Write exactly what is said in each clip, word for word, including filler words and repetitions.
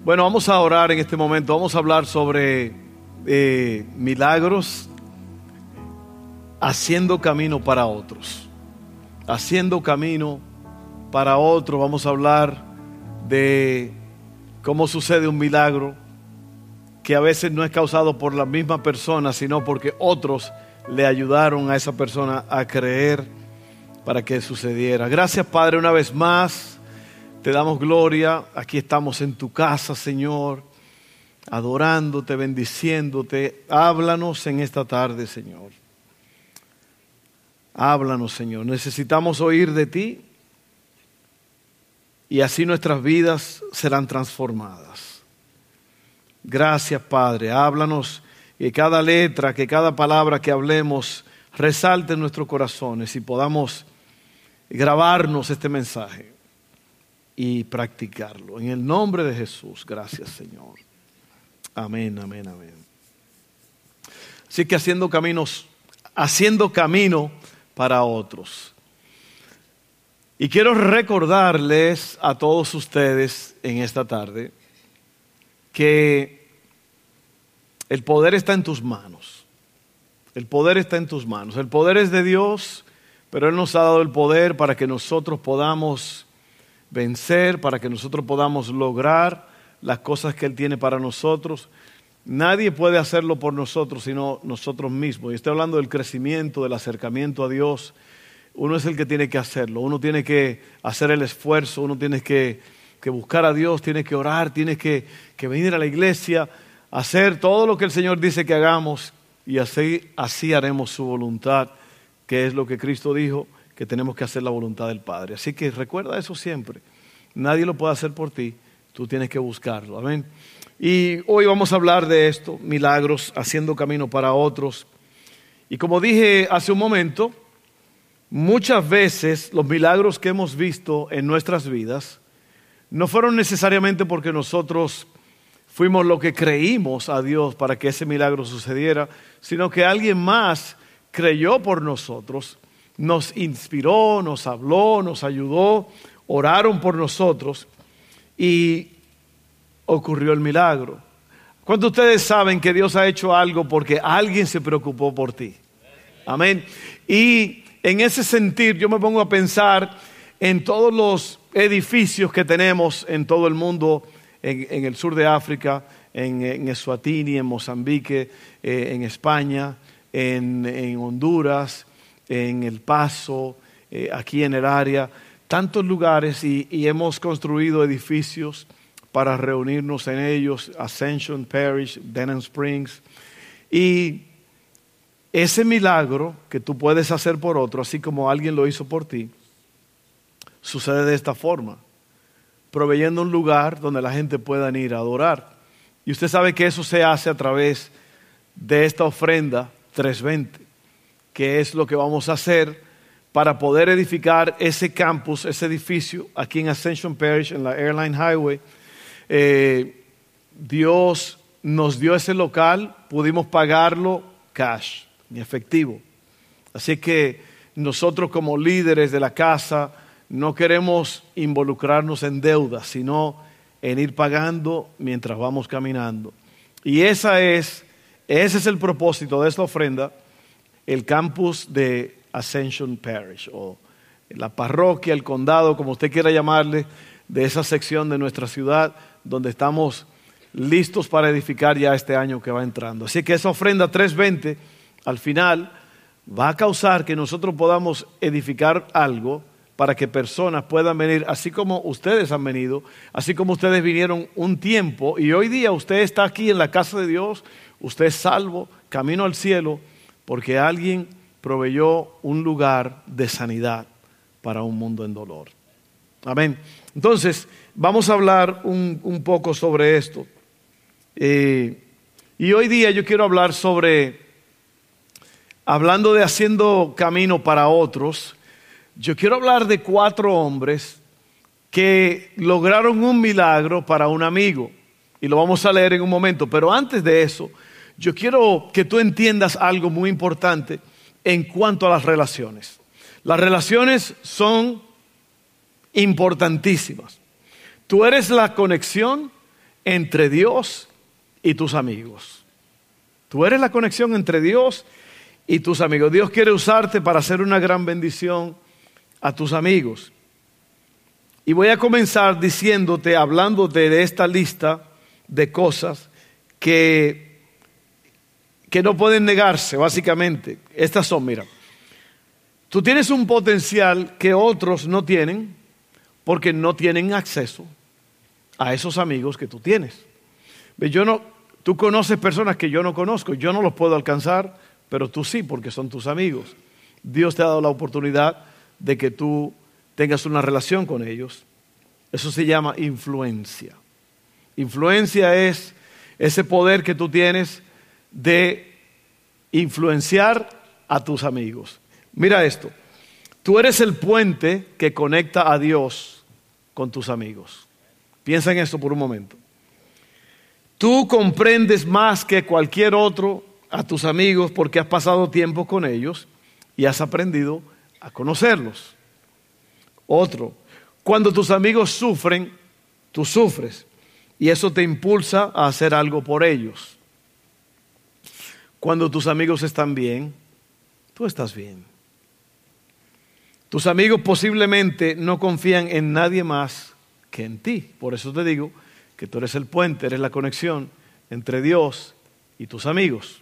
Bueno, vamos a orar en este momento. Vamos a hablar sobre eh, milagros haciendo camino para otros. Haciendo camino para otros. Vamos a hablar de cómo sucede un milagro que a veces no es causado por la misma persona, sino porque otros le ayudaron a esa persona a creer para que sucediera. Gracias, Padre, una vez más. Te damos gloria. Aquí estamos en tu casa, Señor, adorándote, bendiciéndote. Háblanos en esta tarde, Señor. Háblanos, Señor. Necesitamos oír de ti y así nuestras vidas serán transformadas. Gracias, Padre. Háblanos, que cada letra, que cada palabra que hablemos resalte en nuestros corazones y podamos grabarnos este mensaje y practicarlo. En el nombre de Jesús, gracias, Señor. Amén, amén, amén. Así que haciendo caminos, haciendo camino para otros. Y quiero recordarles a todos ustedes en esta tarde que el poder está en tus manos. El poder está en tus manos. El poder es de Dios, pero Él nos ha dado el poder para que nosotros podamos vencer, para que nosotros podamos lograr las cosas que Él tiene para nosotros. Nadie puede hacerlo por nosotros sino nosotros mismos. Y estoy hablando del crecimiento, del acercamiento a Dios. Uno es el que tiene que hacerlo. Uno tiene que hacer el esfuerzo. Uno tiene que, que buscar a Dios, tiene que orar, tiene que, que venir a la iglesia, hacer todo lo que el Señor dice que hagamos y así, así haremos su voluntad, que es lo que Cristo dijo, que tenemos que hacer la voluntad del Padre. Así que recuerda eso siempre. Nadie lo puede hacer por ti, tú tienes que buscarlo. Amén. Y hoy vamos a hablar de esto, milagros haciendo camino para otros. Y como dije hace un momento, muchas veces los milagros que hemos visto en nuestras vidas no fueron necesariamente porque nosotros fuimos lo que creímos a Dios para que ese milagro sucediera, sino que alguien más creyó por nosotros, nos inspiró, nos habló, nos ayudó, oraron por nosotros y ocurrió el milagro. ¿Cuántos de ustedes saben que Dios ha hecho algo porque alguien se preocupó por ti? Amén. Y en ese sentir yo me pongo a pensar en todos los edificios que tenemos en todo el mundo, en, en el sur de África, en, en Eswatini, en Mozambique, eh, en España, en, en Honduras, en El Paso, eh, aquí en el área, tantos lugares y, y hemos construido edificios para reunirnos en ellos, Ascension Parish, Denham Springs, y ese milagro que tú puedes hacer por otro, así como alguien lo hizo por ti, sucede de esta forma, proveyendo un lugar donde la gente pueda ir a adorar. Y usted sabe que eso se hace a través de esta ofrenda trescientos veinte. Que es lo que vamos a hacer para poder edificar ese campus, ese edificio aquí en Ascension Parish, en la Airline Highway. Eh, Dios nos dio ese local, pudimos pagarlo cash, en efectivo. Así que nosotros como líderes de la casa no queremos involucrarnos en deudas, sino en ir pagando mientras vamos caminando. Y esa es, ese es el propósito de esta ofrenda. El campus de Ascension Parish, o la parroquia, el condado, como usted quiera llamarle, de esa sección de nuestra ciudad, donde estamos listos para edificar ya este año que va entrando. Así que esa ofrenda trescientos veinte, al final, va a causar que nosotros podamos edificar algo para que personas puedan venir, así como ustedes han venido, así como ustedes vinieron un tiempo, y hoy día usted está aquí en la casa de Dios, usted es salvo, camino al cielo, porque alguien proveyó un lugar de sanidad para un mundo en dolor. Amén. Entonces, vamos a hablar un, un poco sobre esto. Eh, y hoy día yo quiero hablar sobre, hablando de haciendo camino para otros, yo quiero hablar de cuatro hombres que lograron un milagro para un amigo. Y lo vamos a leer en un momento. Pero antes de eso, yo quiero que tú entiendas algo muy importante en cuanto a las relaciones. Las relaciones son importantísimas. Tú eres la conexión entre Dios y tus amigos. Tú eres la conexión entre Dios y tus amigos. Dios quiere usarte para hacer una gran bendición a tus amigos. Y voy a comenzar diciéndote, hablándote de esta lista de cosas que, que no pueden negarse, básicamente. Estas son, mira, tú tienes un potencial que otros no tienen porque no tienen acceso a esos amigos que tú tienes. Yo no, tú conoces personas que yo no conozco, yo no los puedo alcanzar, pero tú sí, porque son tus amigos. Dios te ha dado la oportunidad de que tú tengas una relación con ellos. Eso se llama influencia. Influencia es ese poder que tú tienes de influenciar a tus amigos. Mira esto, tú eres el puente que conecta a Dios con tus amigos. Piensa en esto por un momento. Tú comprendes más que cualquier otro a tus amigos porque has pasado tiempo con ellos y has aprendido a conocerlos. Otro, cuando tus amigos sufren, tú sufres y eso te impulsa a hacer algo por ellos. Cuando tus amigos están bien, tú estás bien. Tus amigos posiblemente no confían en nadie más que en ti. Por eso te digo que tú eres el puente, eres la conexión entre Dios y tus amigos.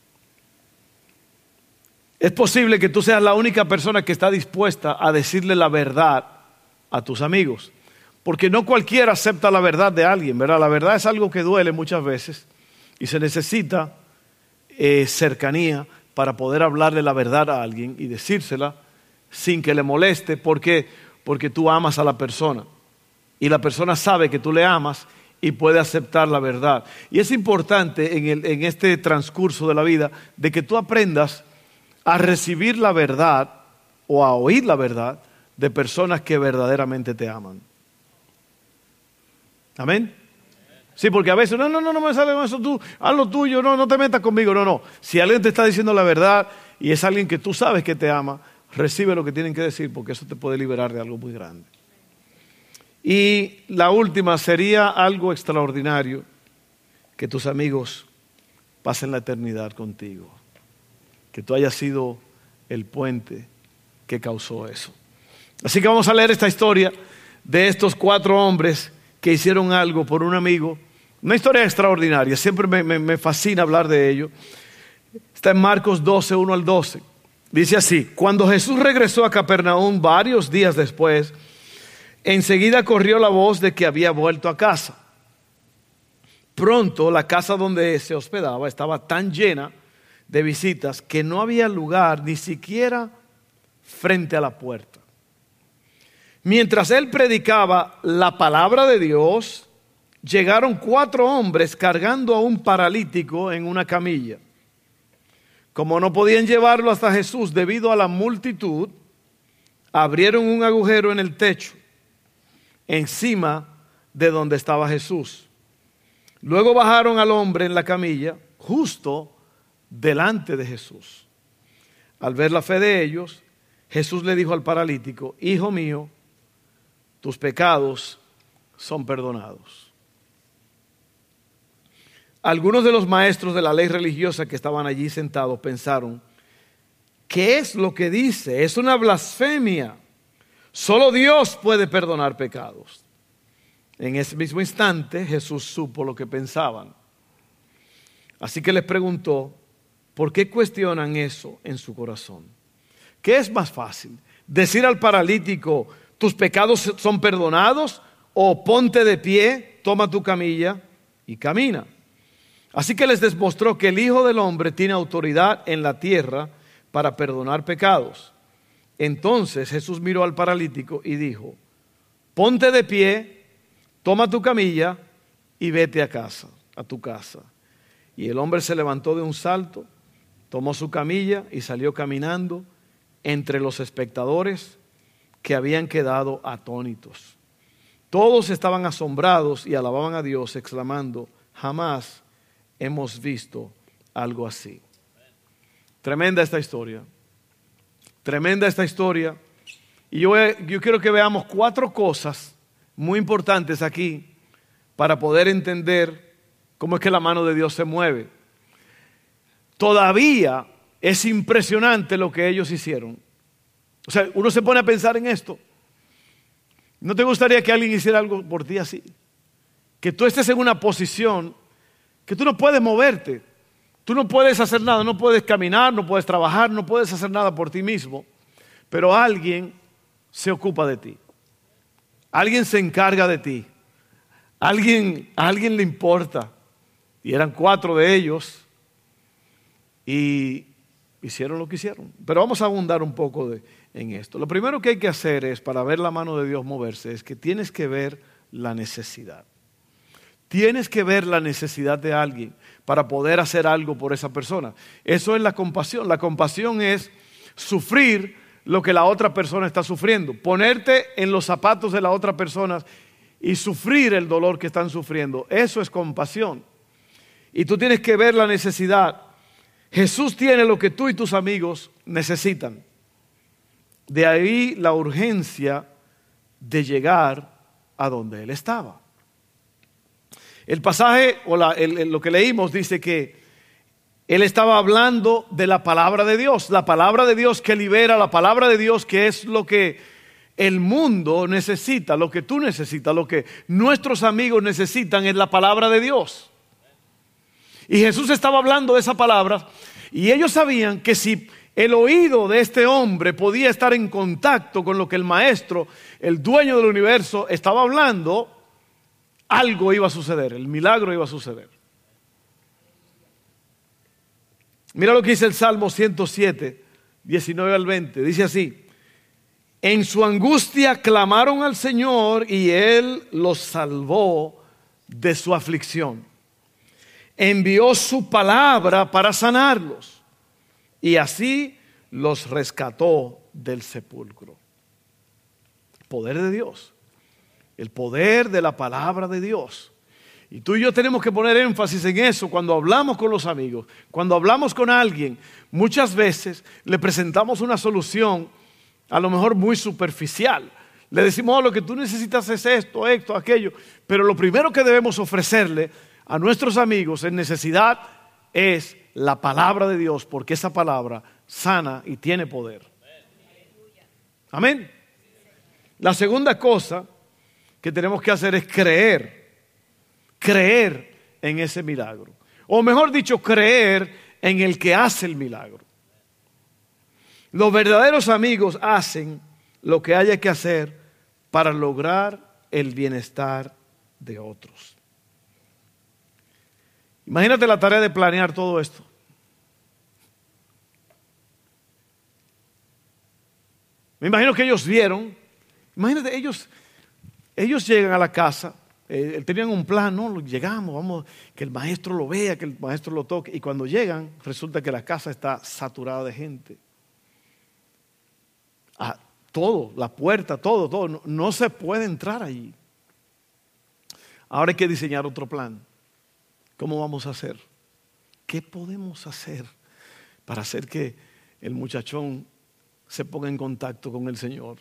Es posible que tú seas la única persona que está dispuesta a decirle la verdad a tus amigos, porque no cualquiera acepta la verdad de alguien, ¿verdad? La verdad es algo que duele muchas veces y se necesita eh, cercanía para poder hablarle la verdad a alguien y decírsela sin que le moleste, porque, porque tú amas a la persona y la persona sabe que tú le amas y puede aceptar la verdad. Y es importante en, el, en este transcurso de la vida de que tú aprendas a recibir la verdad o a oír la verdad de personas que verdaderamente te aman. ¿Amén? Sí, porque a veces, no, no, no, no me sale eso, tú, haz lo tuyo, no, no te metas conmigo, no, no. Si alguien te está diciendo la verdad y es alguien que tú sabes que te ama, recibe lo que tienen que decir porque eso te puede liberar de algo muy grande. Y la última sería algo extraordinario, que tus amigos pasen la eternidad contigo. Que tú hayas sido el puente que causó eso. Así que vamos a leer esta historia de estos cuatro hombres que hicieron algo por un amigo. Una historia extraordinaria, siempre me, me, me fascina hablar de ello. Está en Marcos doce, uno al doce. Dice así: cuando Jesús regresó a Capernaum varios días después, enseguida corrió la voz de que había vuelto a casa. Pronto la casa donde se hospedaba estaba tan llena de visitas que no había lugar ni siquiera frente a la puerta. Mientras él predicaba la palabra de Dios, llegaron cuatro hombres cargando a un paralítico en una camilla. Como no podían llevarlo hasta Jesús debido a la multitud, abrieron un agujero en el techo, encima de donde estaba Jesús. Luego bajaron al hombre en la camilla, justo delante de Jesús. Al ver la fe de ellos, Jesús le dijo al paralítico: hijo mío, tus pecados son perdonados. Algunos de los maestros de la ley religiosa que estaban allí sentados pensaron: ¿qué es lo que dice? Es una blasfemia. Solo Dios puede perdonar pecados. En ese mismo instante Jesús supo lo que pensaban. Así que les preguntó: ¿por qué cuestionan eso en su corazón? ¿Qué es más fácil? ¿Decir al paralítico: tus pecados son perdonados? ¿O ponte de pie, toma tu camilla y camina? Así que les demostró que el Hijo del Hombre tiene autoridad en la tierra para perdonar pecados. Entonces Jesús miró al paralítico y dijo: ponte de pie, toma tu camilla y vete a casa, a tu casa. Y el hombre se levantó de un salto, tomó su camilla y salió caminando entre los espectadores que habían quedado atónitos. Todos estaban asombrados y alababan a Dios, exclamando: jamás hemos visto algo así. Tremenda esta historia. Tremenda esta historia. Y yo, yo quiero que veamos cuatro cosas muy importantes aquí para poder entender cómo es que la mano de Dios se mueve. Todavía es impresionante lo que ellos hicieron. O sea, uno se pone a pensar en esto. ¿No te gustaría que alguien hiciera algo por ti así? Que tú estés en una posición que tú no puedes moverte. Tú no puedes hacer nada, no puedes caminar, no puedes trabajar, no puedes hacer nada por ti mismo. Pero alguien se ocupa de ti. Alguien se encarga de ti. Alguien, a alguien le importa. Y eran cuatro de ellos. Y hicieron lo que hicieron. Pero vamos a abundar un poco de, en esto. Lo primero que hay que hacer es, para ver la mano de Dios moverse, es que tienes que ver la necesidad. Tienes que ver la necesidad de alguien para poder hacer algo por esa persona. Eso es la compasión. La compasión es sufrir lo que la otra persona está sufriendo. Ponerte en los zapatos de la otra persona y sufrir el dolor que están sufriendo. Eso es compasión. Y tú tienes que ver la necesidad. Jesús tiene lo que tú y tus amigos necesitan. De ahí la urgencia de llegar a donde Él estaba. El pasaje, o la, el, el, lo que leímos, dice que Él estaba hablando de la palabra de Dios. La palabra de Dios que libera, la palabra de Dios que es lo que el mundo necesita, lo que tú necesitas, lo que nuestros amigos necesitan es la palabra de Dios. Y Jesús estaba hablando de esa palabra y ellos sabían que si el oído de este hombre podía estar en contacto con lo que el maestro, el dueño del universo, estaba hablando, algo iba a suceder, el milagro iba a suceder. Mira lo que dice el Salmo ciento siete, diecinueve al veinte, dice así: en su angustia clamaron al Señor y Él los salvó de su aflicción. Envió su palabra para sanarlos y así los rescató del sepulcro. Poder de Dios, el poder de la palabra de Dios. Y tú y yo tenemos que poner énfasis en eso cuando hablamos con los amigos, cuando hablamos con alguien. Muchas veces le presentamos una solución a lo mejor muy superficial. Le decimos, oh, lo que tú necesitas es esto, esto, aquello. Pero lo primero que debemos ofrecerle a nuestros amigos en necesidad es la palabra de Dios, porque esa palabra sana y tiene poder. Amén. La segunda cosa que tenemos que hacer es creer, creer en ese milagro. O mejor dicho, creer en el que hace el milagro. Los verdaderos amigos hacen lo que haya que hacer para lograr el bienestar de otros. Imagínate la tarea de planear todo esto. Me imagino que ellos vieron, imagínate, ellos, ellos llegan a la casa, eh, tenían un plan, no, llegamos, vamos, que el maestro lo vea, que el maestro lo toque, y cuando llegan, resulta que la casa está saturada de gente. Ah, todo, la puerta, todo, todo, no, no se puede entrar allí. Ahora hay que diseñar otro plan. ¿Cómo vamos a hacer? ¿Qué podemos hacer para hacer que el muchachón se ponga en contacto con el Señor?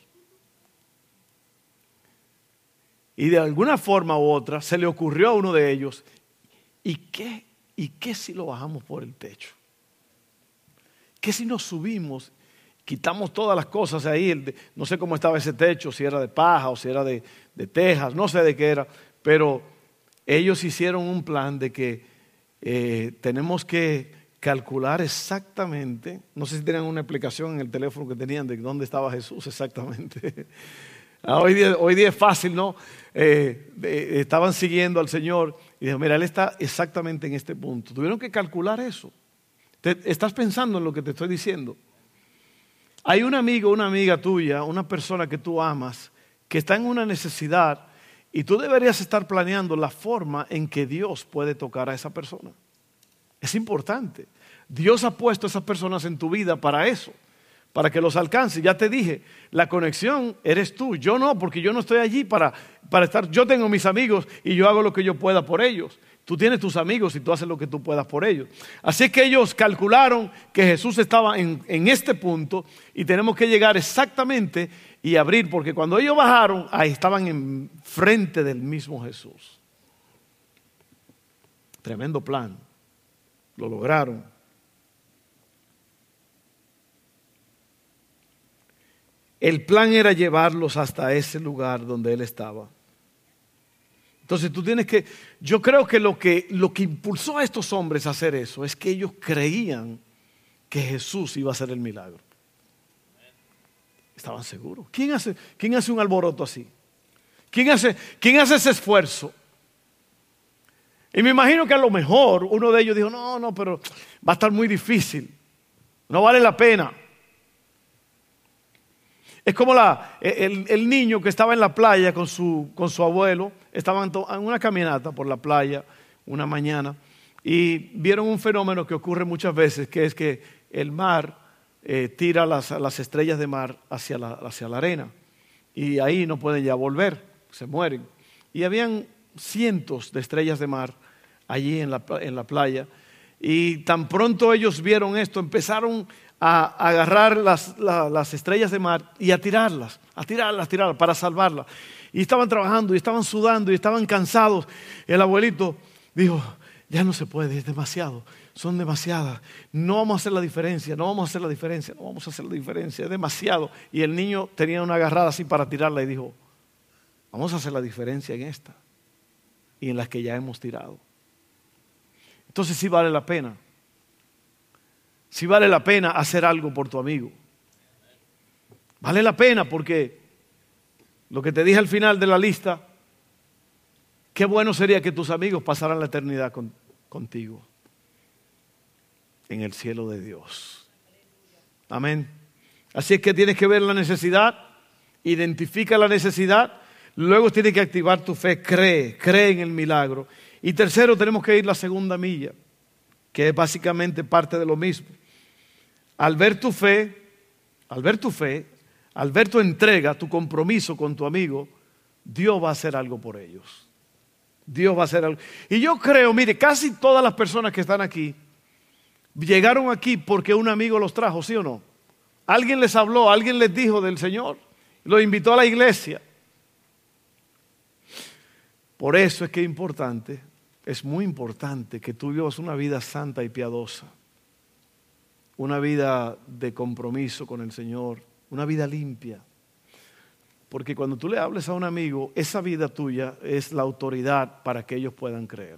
Y de alguna forma u otra se le ocurrió a uno de ellos, ¿y qué, y qué si lo bajamos por el techo? ¿Qué si nos subimos, quitamos todas las cosas ahí? El de, no sé cómo estaba ese techo, si era de paja o si era de, de tejas, no sé de qué era, pero ellos hicieron un plan de que eh, tenemos que calcular exactamente, no sé si tenían una explicación en el teléfono que tenían de dónde estaba Jesús exactamente. Hoy día, hoy día es fácil, ¿no? Eh, eh, estaban siguiendo al Señor y dijeron, mira, Él está exactamente en este punto. Tuvieron que calcular eso. Te, ¿Estás pensando en lo que te estoy diciendo? Hay un amigo, una amiga tuya, una persona que tú amas, que está en una necesidad y tú deberías estar planeando la forma en que Dios puede tocar a esa persona. Es importante. Dios ha puesto a esas personas en tu vida para eso, para que los alcance. Ya te dije, la conexión eres tú. Yo no, porque yo no estoy allí para, para estar. Yo tengo mis amigos y yo hago lo que yo pueda por ellos. Tú tienes tus amigos y tú haces lo que tú puedas por ellos. Así que ellos calcularon que Jesús estaba en, en este punto y tenemos que llegar exactamente y abrir, porque cuando ellos bajaron, ahí estaban enfrente del mismo Jesús. Tremendo plan. Lo lograron. El plan era llevarlos hasta ese lugar donde él estaba. Entonces tú tienes que, yo creo que lo que, lo que impulsó a estos hombres a hacer eso es que ellos creían que Jesús iba a hacer el milagro. Estaban seguros. ¿Quién hace, quién hace un alboroto así? ¿Quién hace, quién hace ese esfuerzo? Y me imagino que a lo mejor uno de ellos dijo, no, no, pero va a estar muy difícil. No vale la pena. Es como la, el, el niño que estaba en la playa con su, con su abuelo. Estaban en una caminata por la playa una mañana y vieron un fenómeno que ocurre muchas veces, que es que el mar eh, tira las, las estrellas de mar hacia la, hacia la arena y ahí no pueden ya volver, se mueren. Y habían cientos de estrellas de mar allí en la, en la playa y tan pronto ellos vieron esto, empezaron a agarrar las, la, las estrellas de mar y a tirarlas, a tirarlas, a tirarlas para salvarlas. Y estaban trabajando y estaban sudando y estaban cansados. El abuelito dijo, ya no se puede, es demasiado, son demasiadas. No vamos a hacer la diferencia, no vamos a hacer la diferencia, no vamos a hacer la diferencia, es demasiado. Y el niño tenía una agarrada así para tirarla y dijo, vamos a hacer la diferencia en esta y en las que ya hemos tirado. Entonces sí vale la pena. Sí vale la pena hacer algo por tu amigo. Vale la pena porque lo que te dije al final de la lista, qué bueno sería que tus amigos pasaran la eternidad con, contigo en el cielo de Dios. Amén. Así es que tienes que ver la necesidad, identifica la necesidad, luego tienes que activar tu fe, cree, cree en el milagro. Y tercero, tenemos que ir la segunda milla, que es básicamente parte de lo mismo. Al ver tu fe, al ver tu fe, al ver tu entrega, tu compromiso con tu amigo, Dios va a hacer algo por ellos. Dios va a hacer algo. Y yo creo, mire, casi todas las personas que están aquí llegaron aquí porque un amigo los trajo, ¿sí o no? Alguien les habló, alguien les dijo del Señor, los invitó a la iglesia. Por eso es que es importante, es muy importante que tú vivas una vida santa y piadosa. Una vida de compromiso con el Señor, una vida limpia. Porque cuando tú le hables a un amigo, esa vida tuya es la autoridad para que ellos puedan creer.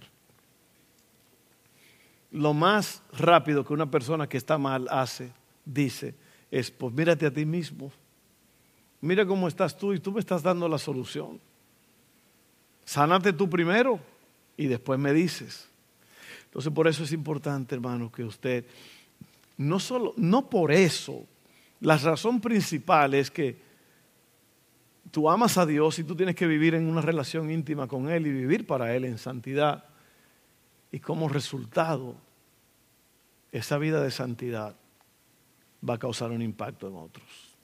Lo más rápido que una persona que está mal hace, dice, es pues mírate a ti mismo. Mira cómo estás tú y tú me estás dando la solución. Sánate tú primero y después me dices. Entonces por eso es importante, hermano, que usted... No solo, no por eso, la razón principal es que tú amas a Dios y tú tienes que vivir en una relación íntima con Él y vivir para Él en santidad. Y como resultado, esa vida de santidad va a causar un impacto en otros.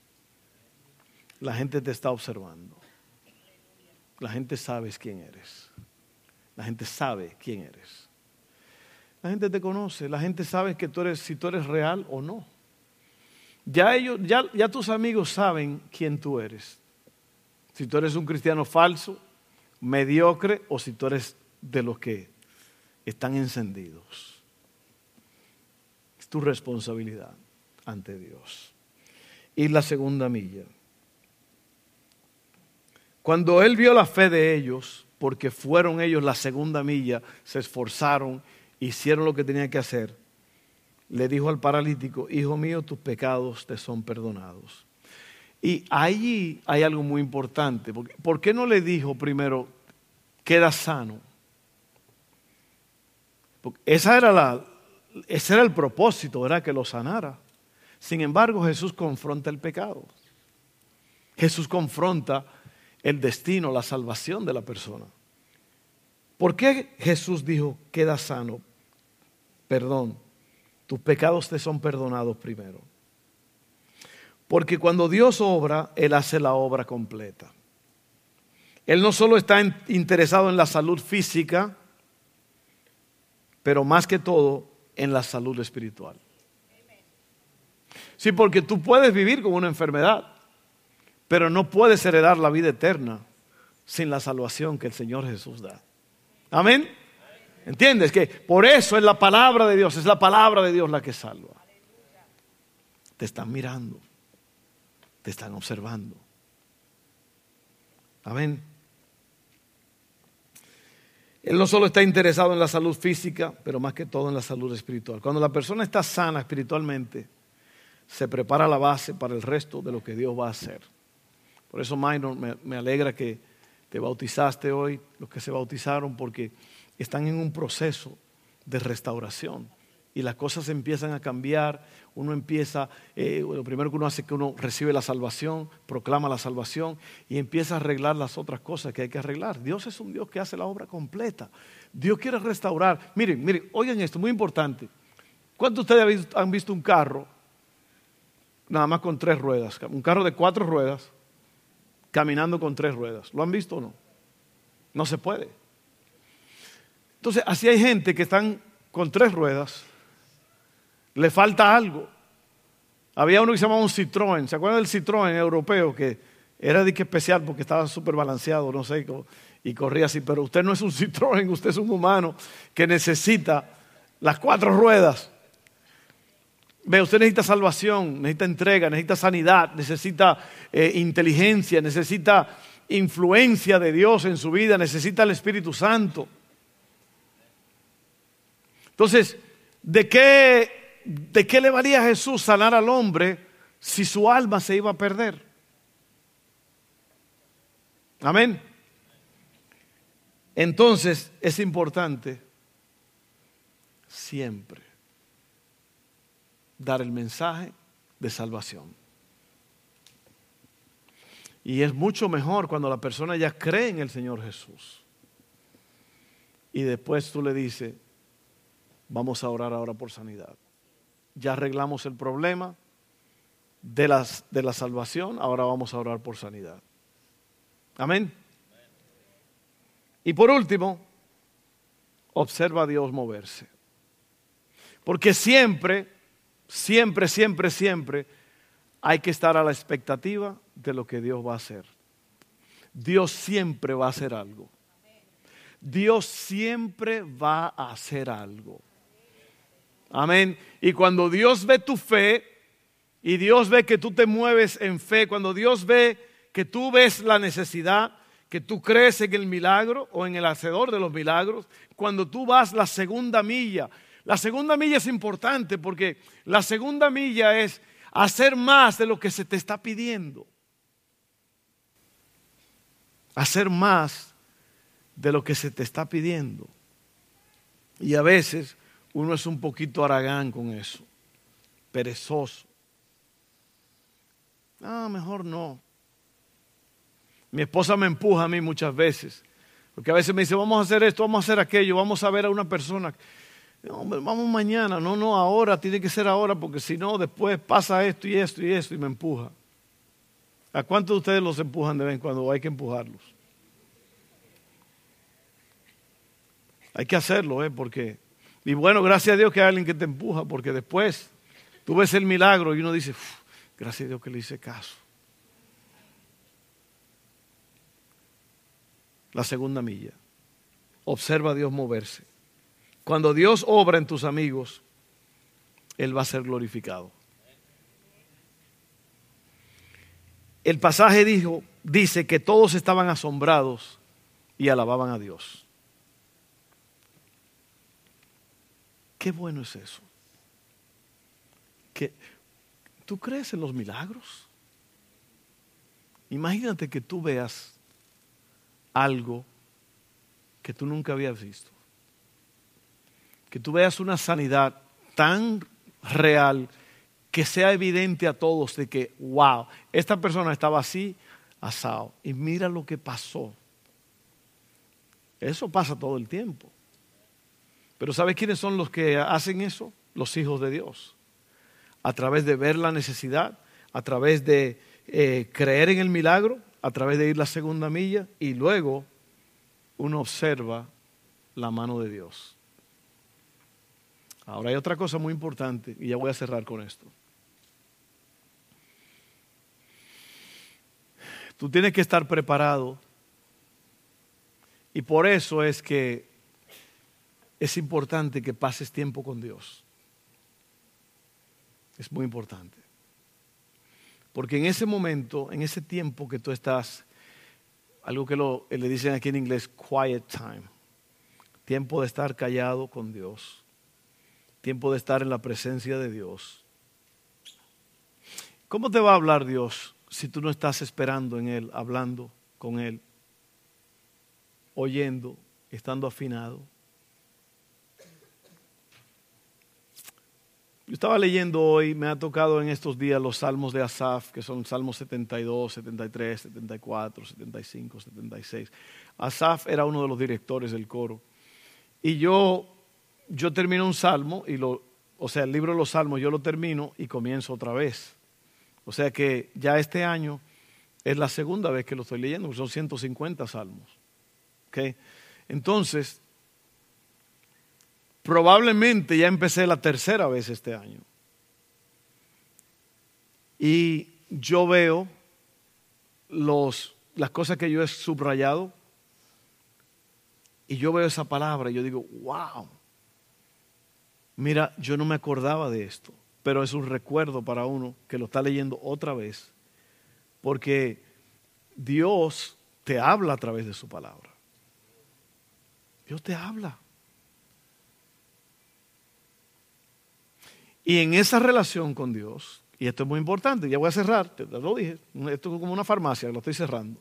La gente te está observando. La gente sabe quién eres. La gente sabe quién eres. La gente te conoce, la gente sabe que tú eres, si tú eres real o no. Ya ellos, ya, ya tus amigos saben quién tú eres. Si tú eres un cristiano falso, mediocre, o si tú eres de los que están encendidos. Es tu responsabilidad ante Dios. Y la segunda milla. Cuando él vio la fe de ellos, porque fueron ellos la segunda milla, se esforzaron, hicieron lo que tenían que hacer, le dijo al paralítico, hijo mío, tus pecados te son perdonados. Y allí hay algo muy importante. Porque, ¿por qué no le dijo primero, queda sano? Porque esa era la, ese era el propósito, ¿verdad? Que lo sanara. Sin embargo, Jesús confronta el pecado. Jesús confronta el destino, la salvación de la persona. ¿Por qué Jesús dijo, queda sano? Perdón, tus pecados te son perdonados primero. Porque cuando Dios obra, Él hace la obra completa. Él no solo está en, interesado en la salud física, pero más que todo en la salud espiritual. Sí, porque tú puedes vivir con una enfermedad, pero no puedes heredar la vida eterna sin la salvación que el Señor Jesús da. Amén. ¿Entiendes? Que por eso es la palabra de Dios, es la palabra de Dios la que salva. Te están mirando, te están observando. Amén. Él no solo está interesado en la salud física, pero más que todo en la salud espiritual. Cuando la persona está sana espiritualmente, se prepara la base para el resto de lo que Dios va a hacer. Por eso, Minor, me, me alegra que te bautizaste hoy, los que se bautizaron, porque están en un proceso de restauración y las cosas empiezan a cambiar. Uno empieza, eh, lo primero que uno hace es que uno recibe la salvación, proclama la salvación y empieza a arreglar las otras cosas que hay que arreglar. Dios es un Dios que hace la obra completa. Dios quiere restaurar. Miren, miren, oigan esto, muy importante. ¿Cuántos de ustedes han visto un carro nada más con tres ruedas? Un carro de cuatro ruedas caminando con tres ruedas. ¿Lo han visto o no? No se puede. Entonces, así hay gente que están con tres ruedas, le falta algo. Había uno que se llamaba un Citroën. ¿Se acuerdan del Citroën europeo? Que era de que especial porque estaba súper balanceado, no sé, y corría así. Pero usted no es un Citroën, usted es un humano que necesita las cuatro ruedas. Ve, usted necesita salvación, necesita entrega, necesita sanidad, necesita eh, inteligencia, necesita influencia de Dios en su vida, necesita el Espíritu Santo. Entonces, ¿de qué, ¿de qué le valía a Jesús sanar al hombre si su alma se iba a perder? Amén. Entonces, es importante siempre dar el mensaje de salvación. Y es mucho mejor cuando la persona ya cree en el Señor Jesús. Y después tú le dices, vamos a orar ahora por sanidad. Ya arreglamos el problema de, las, de la salvación, ahora vamos a orar por sanidad. Amén. Y por último, observa a Dios moverse. Porque siempre, siempre, siempre, siempre hay que estar a la expectativa de lo que Dios va a hacer. Dios siempre va a hacer algo. Dios siempre va a hacer algo. Amén. Y cuando Dios ve tu fe y Dios ve que tú te mueves en fe, cuando Dios ve que tú ves la necesidad, que tú crees en el milagro o en el hacedor de los milagros, cuando tú vas la segunda milla, la segunda milla es importante porque la segunda milla es hacer más de lo que se te está pidiendo. Hacer más de lo que se te está pidiendo. Y a veces uno es un poquito haragán con eso, perezoso. Ah, mejor no. Mi esposa me empuja a mí muchas veces, porque a veces me dice, vamos a hacer esto, vamos a hacer aquello, vamos a ver a una persona. No, hombre, vamos mañana. No, no, ahora, tiene que ser ahora, porque si no, después pasa esto y esto y esto, y me empuja. ¿A cuántos de ustedes los empujan de vez en cuando hay que empujarlos? Hay que hacerlo, ¿eh? Porque, y bueno, gracias a Dios que hay alguien que te empuja, porque después tú ves el milagro y uno dice, gracias a Dios que le hice caso. La segunda milla. Observa a Dios moverse. Cuando Dios obra en tus amigos, Él va a ser glorificado. El pasaje dijo, dice que todos estaban asombrados y alababan a Dios. Qué bueno es eso. ¿Qué? ¿Tú crees en los milagros? Imagínate que tú veas algo que tú nunca habías visto. Que tú veas una sanidad tan real que sea evidente a todos de que, wow, esta persona estaba así, asado, y mira lo que pasó. Eso pasa todo el tiempo. Pero ¿sabes quiénes son los que hacen eso? Los hijos de Dios. A través de ver la necesidad, a través de eh, creer en el milagro, a través de ir la segunda milla, y luego uno observa la mano de Dios. Ahora hay otra cosa muy importante, y ya voy a cerrar con esto. Tú tienes que estar preparado, y por eso es que es importante que pases tiempo con Dios. Es muy importante. Porque en ese momento, en ese tiempo que tú estás, algo que lo, le dicen aquí en inglés, quiet time, tiempo de estar callado con Dios, tiempo de estar en la presencia de Dios. ¿Cómo te va a hablar Dios si tú no estás esperando en Él, hablando con Él, oyendo, estando afinado? Yo estaba leyendo hoy, me ha tocado en estos días los salmos de Asaf, que son salmos setenta y dos, setenta y tres, setenta y cuatro, setenta y cinco, setenta y seis. Asaf era uno de los directores del coro. Y yo, yo termino un salmo, y lo, o sea, el libro de los salmos yo lo termino y comienzo otra vez. O sea que ya este año es la segunda vez que lo estoy leyendo, porque son ciento cincuenta salmos. ¿Okay? Entonces, probablemente ya empecé la tercera vez este año. Y yo veo los, las cosas que yo he subrayado y yo veo esa palabra y yo digo, wow, mira, yo no me acordaba de esto, pero es un recuerdo para uno que lo está leyendo otra vez, porque Dios te habla a través de su palabra. Dios te habla. Y en esa relación con Dios, y esto es muy importante, ya voy a cerrar, te lo dije, esto es como una farmacia, lo estoy cerrando.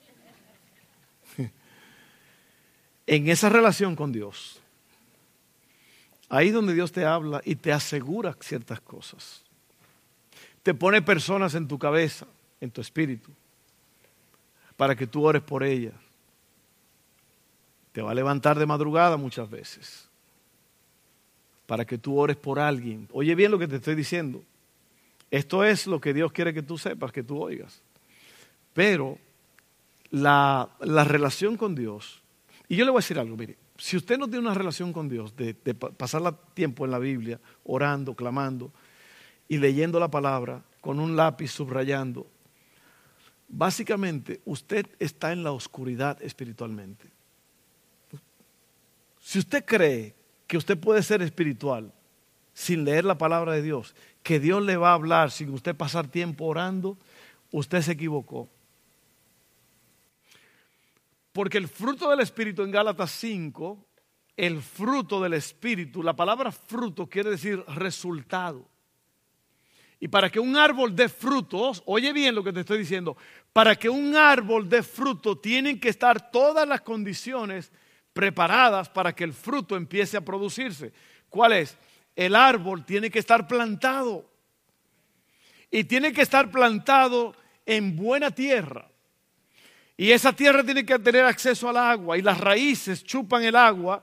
En esa relación con Dios, ahí donde Dios te habla y te asegura ciertas cosas. Te pone personas en tu cabeza, en tu espíritu, para que tú ores por ellas. Te va a levantar de madrugada muchas veces, para que tú ores por alguien. Oye bien lo que te estoy diciendo. Esto es lo que Dios quiere que tú sepas, que tú oigas. Pero la, la relación con Dios, y yo le voy a decir algo, mire, si usted no tiene una relación con Dios, de, de pasar tiempo en la Biblia, orando, clamando y leyendo la palabra, con un lápiz subrayando, básicamente usted está en la oscuridad espiritualmente. Si usted cree que usted puede ser espiritual sin leer la palabra de Dios, que Dios le va a hablar sin usted pasar tiempo orando, usted se equivocó. Porque el fruto del Espíritu en Gálatas cinco, el fruto del Espíritu, la palabra fruto quiere decir resultado. Y para que un árbol dé frutos, oye bien lo que te estoy diciendo, para que un árbol dé fruto tienen que estar todas las condiciones preparadas para que el fruto empiece a producirse. ¿Cuál es? El árbol tiene que estar plantado. Y tiene que estar plantado en buena tierra. Y esa tierra tiene que tener acceso al agua. Y las raíces chupan el agua.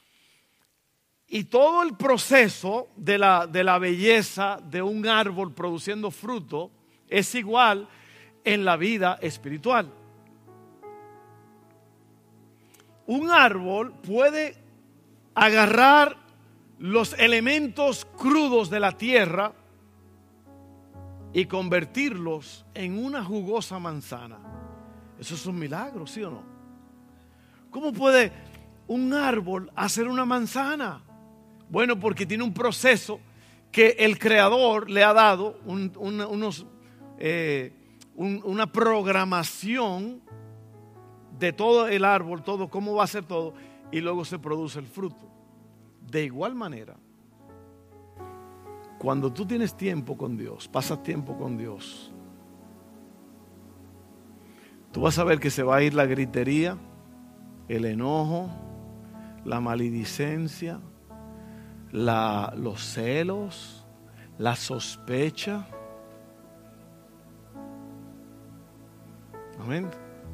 Y todo el proceso de la, de la belleza de un árbol produciendo fruto es igual en la vida espiritual. Un árbol puede agarrar los elementos crudos de la tierra y convertirlos en una jugosa manzana. Eso es un milagro, ¿sí o no? ¿Cómo puede un árbol hacer una manzana? Bueno, porque tiene un proceso que el Creador le ha dado, un, un, unos, eh, un, una programación de todo el árbol, todo, cómo va a ser todo, y luego se produce el fruto. De igual manera, cuando tú tienes tiempo con Dios, pasas tiempo con Dios, tú vas a ver que se va a ir la gritería, el enojo, la maledicencia, la, los celos, la sospecha. Amén.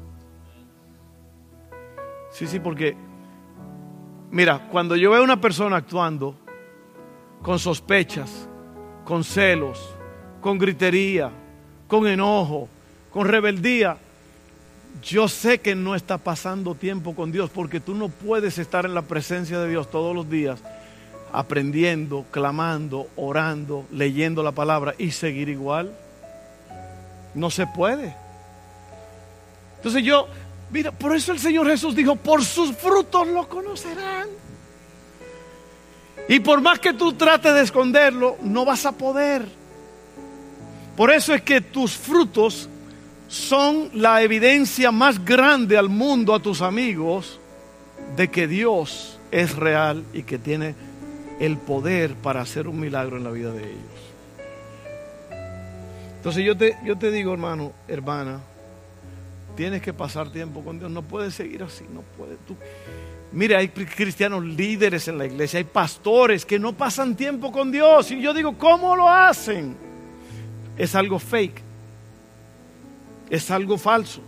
Sí, sí, porque, mira, cuando yo veo a una persona actuando con sospechas, con celos, con gritería, con enojo, con rebeldía, yo sé que no está pasando tiempo con Dios, porque tú no puedes estar en la presencia de Dios todos los días aprendiendo, clamando, orando, leyendo la palabra y seguir igual. No se puede. Entonces yo, mira, por eso el Señor Jesús dijo, por sus frutos lo conocerán. Y por más que tú trates de esconderlo, no vas a poder. Por eso es que tus frutos son la evidencia más grande al mundo, a tus amigos, de que Dios es real y que tiene el poder para hacer un milagro en la vida de ellos. Entonces yo te, yo te digo, hermano, hermana, tienes que pasar tiempo con Dios. No puedes seguir así, no puedes tú. Mire, hay cristianos líderes en la iglesia, hay pastores que no pasan tiempo con Dios. Y yo digo, ¿cómo lo hacen? Es algo fake, es algo falso.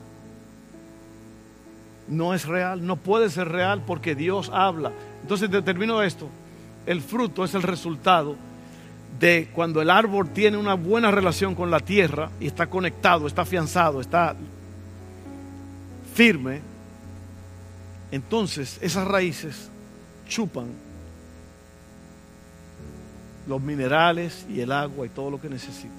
No es real, no puede ser real porque Dios habla. Entonces determino esto: el fruto es el resultado de cuando el árbol tiene una buena relación con la tierra y está conectado, está afianzado, está firme. Entonces esas raíces chupan los minerales y el agua y todo lo que necesita.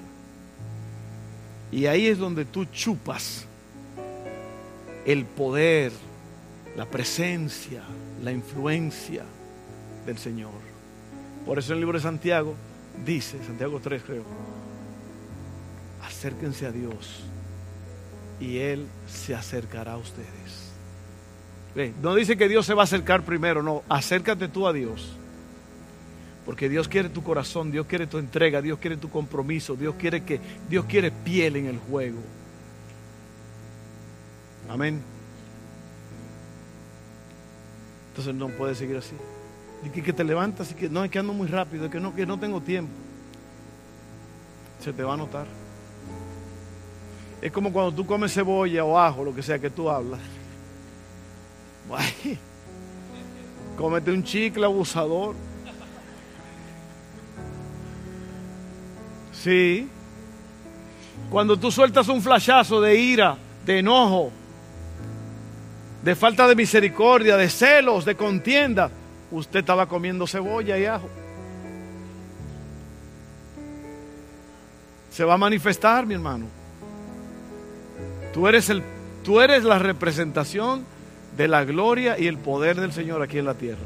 Y ahí es donde tú chupas el poder, la presencia, la influencia del Señor. Por eso en el libro de Santiago dice, Santiago tres creo, acérquense a Dios y Él se acercará a ustedes. No dice que Dios se va a acercar primero, no, acércate tú a Dios. Porque Dios quiere tu corazón, Dios quiere tu entrega, Dios quiere tu compromiso, Dios quiere que Dios quiere piel en el juego. Amén. Entonces no puedes seguir así. Y que, que te levantas y que no, es que ando muy rápido, es que no, que no tengo tiempo. Se te va a notar. Es como cuando tú comes cebolla o ajo, lo que sea que tú hablas. Ay, cómete un chicle, abusador. Sí. Cuando tú sueltas un flashazo de ira, de enojo, de falta de misericordia, de celos, de contienda, usted estaba comiendo cebolla y ajo. Se va a manifestar, mi hermano. Tú eres el, tú eres la representación de la gloria y el poder del Señor aquí en la tierra.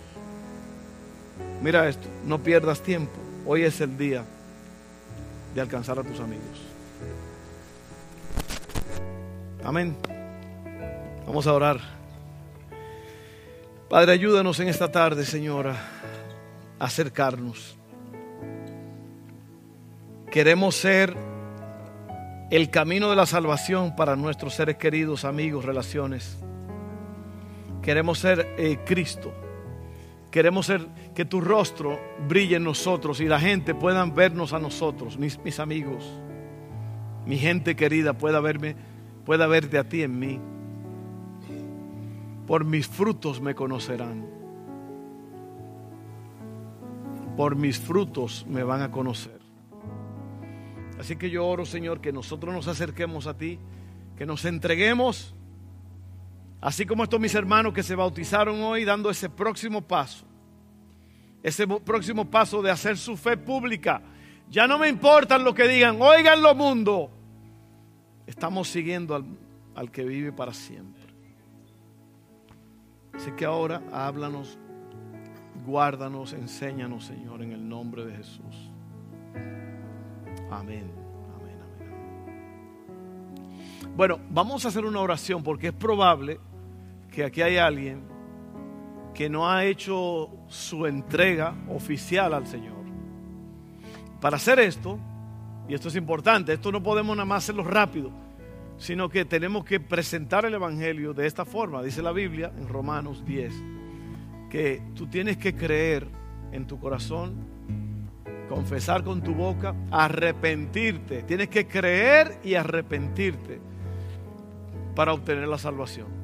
Mira esto, no pierdas tiempo. Hoy es el día de alcanzar a tus amigos. Amén. Vamos a orar. Padre, ayúdanos en esta tarde, Señora, a acercarnos. Queremos ser el camino de la salvación para nuestros seres queridos, amigos, relaciones. Queremos ser eh, Cristo. Queremos ser que tu rostro brille en nosotros y la gente pueda vernos a nosotros, mis, mis amigos, mi gente querida pueda verme, pueda verte a ti en mí. Por mis frutos me conocerán. Por mis frutos me van a conocer. Así que yo oro, Señor, que nosotros nos acerquemos a ti, que nos entreguemos. Así como estos mis hermanos que se bautizaron hoy, dando ese próximo paso, ese próximo paso de hacer su fe pública. Ya no me importan lo que digan, óiganlo mundo. Estamos siguiendo al, al que vive para siempre. Así que ahora háblanos, guárdanos, enséñanos, Señor, en el nombre de Jesús. Amén. Amén, amén. Bueno, vamos a hacer una oración porque es probable que aquí hay alguien que no ha hecho su entrega oficial al Señor. Para hacer esto, y esto es importante, esto no podemos nada más hacerlo rápido, sino que tenemos que presentar el Evangelio de esta forma. Dice la Biblia en Romanos diez, que tú tienes que creer en tu corazón, confesar con tu boca, arrepentirte. Tienes que creer y arrepentirte para obtener la salvación.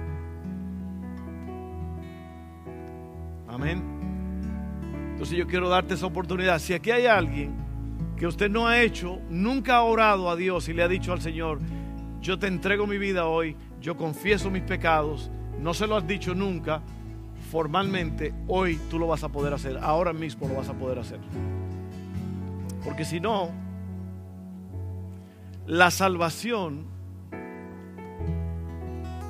Amén. Entonces yo quiero darte esa oportunidad. Si aquí hay alguien que usted no ha hecho, nunca ha orado a Dios y le ha dicho al Señor, yo te entrego mi vida hoy, yo confieso mis pecados, no se lo has dicho nunca, formalmente, hoy tú lo vas a poder hacer, ahora mismo lo vas a poder hacer. Porque si no, la salvación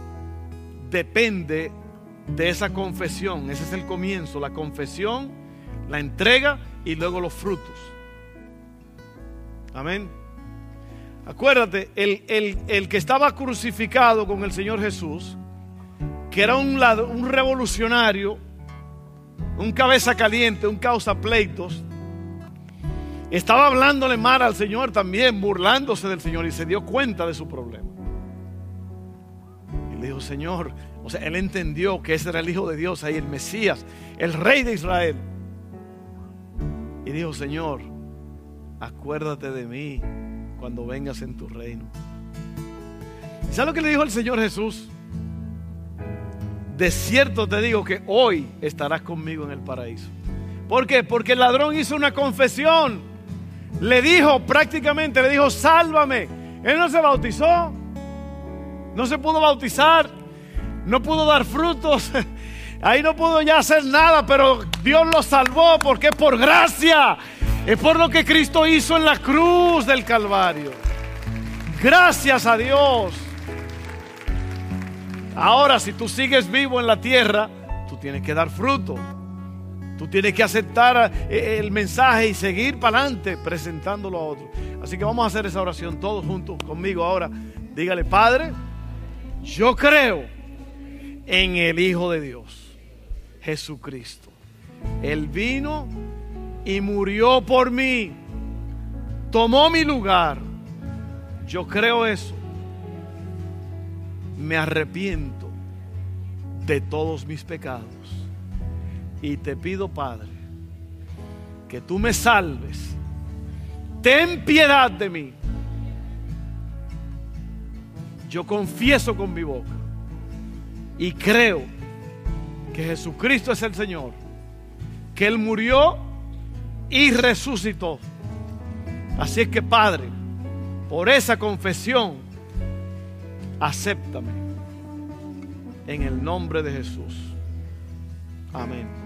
depende de esa confesión. Ese es el comienzo, la confesión la entrega y luego los frutos. Amén. Acuérdate, el, el, el que estaba crucificado con el Señor Jesús, que era un, un revolucionario, un cabeza caliente, un causa pleitos, estaba hablándole mal al Señor también, burlándose del Señor, y se dio cuenta de su problema. Y le dijo: Señor, o sea, él entendió que ese era el Hijo de Dios ahí, el Mesías, el Rey de Israel. Y dijo: Señor, acuérdate de mí cuando vengas en tu reino. ¿Sabes lo que le dijo el Señor Jesús? De cierto te digo que hoy estarás conmigo en el paraíso. ¿Por qué? Porque el ladrón hizo una confesión. Le dijo prácticamente, le dijo: sálvame. Él no se bautizó, no se pudo bautizar, no pudo dar frutos, ahí no pudo ya hacer nada, pero Dios lo salvó porque es por gracia, es por lo que Cristo hizo en la cruz del Calvario. Gracias a Dios. Ahora, si tú sigues vivo en la tierra, tú tienes que dar fruto. Tú tienes que aceptar el mensaje y seguir para adelante presentándolo a otros. Así que vamos a hacer esa oración todos juntos conmigo ahora. Dígale: Padre, yo creo en el Hijo de Dios, Jesucristo. Él vino y murió por mí, tomó mi lugar. Yo creo eso. Me arrepiento de todos mis pecados y te pido, Padre, que tú me salves. Ten piedad de mí. Yo confieso con mi boca y creo que Jesucristo es el Señor, que Él murió y resucitó. Así es que, Padre, por esa confesión, acéptame en el nombre de Jesús. Amén.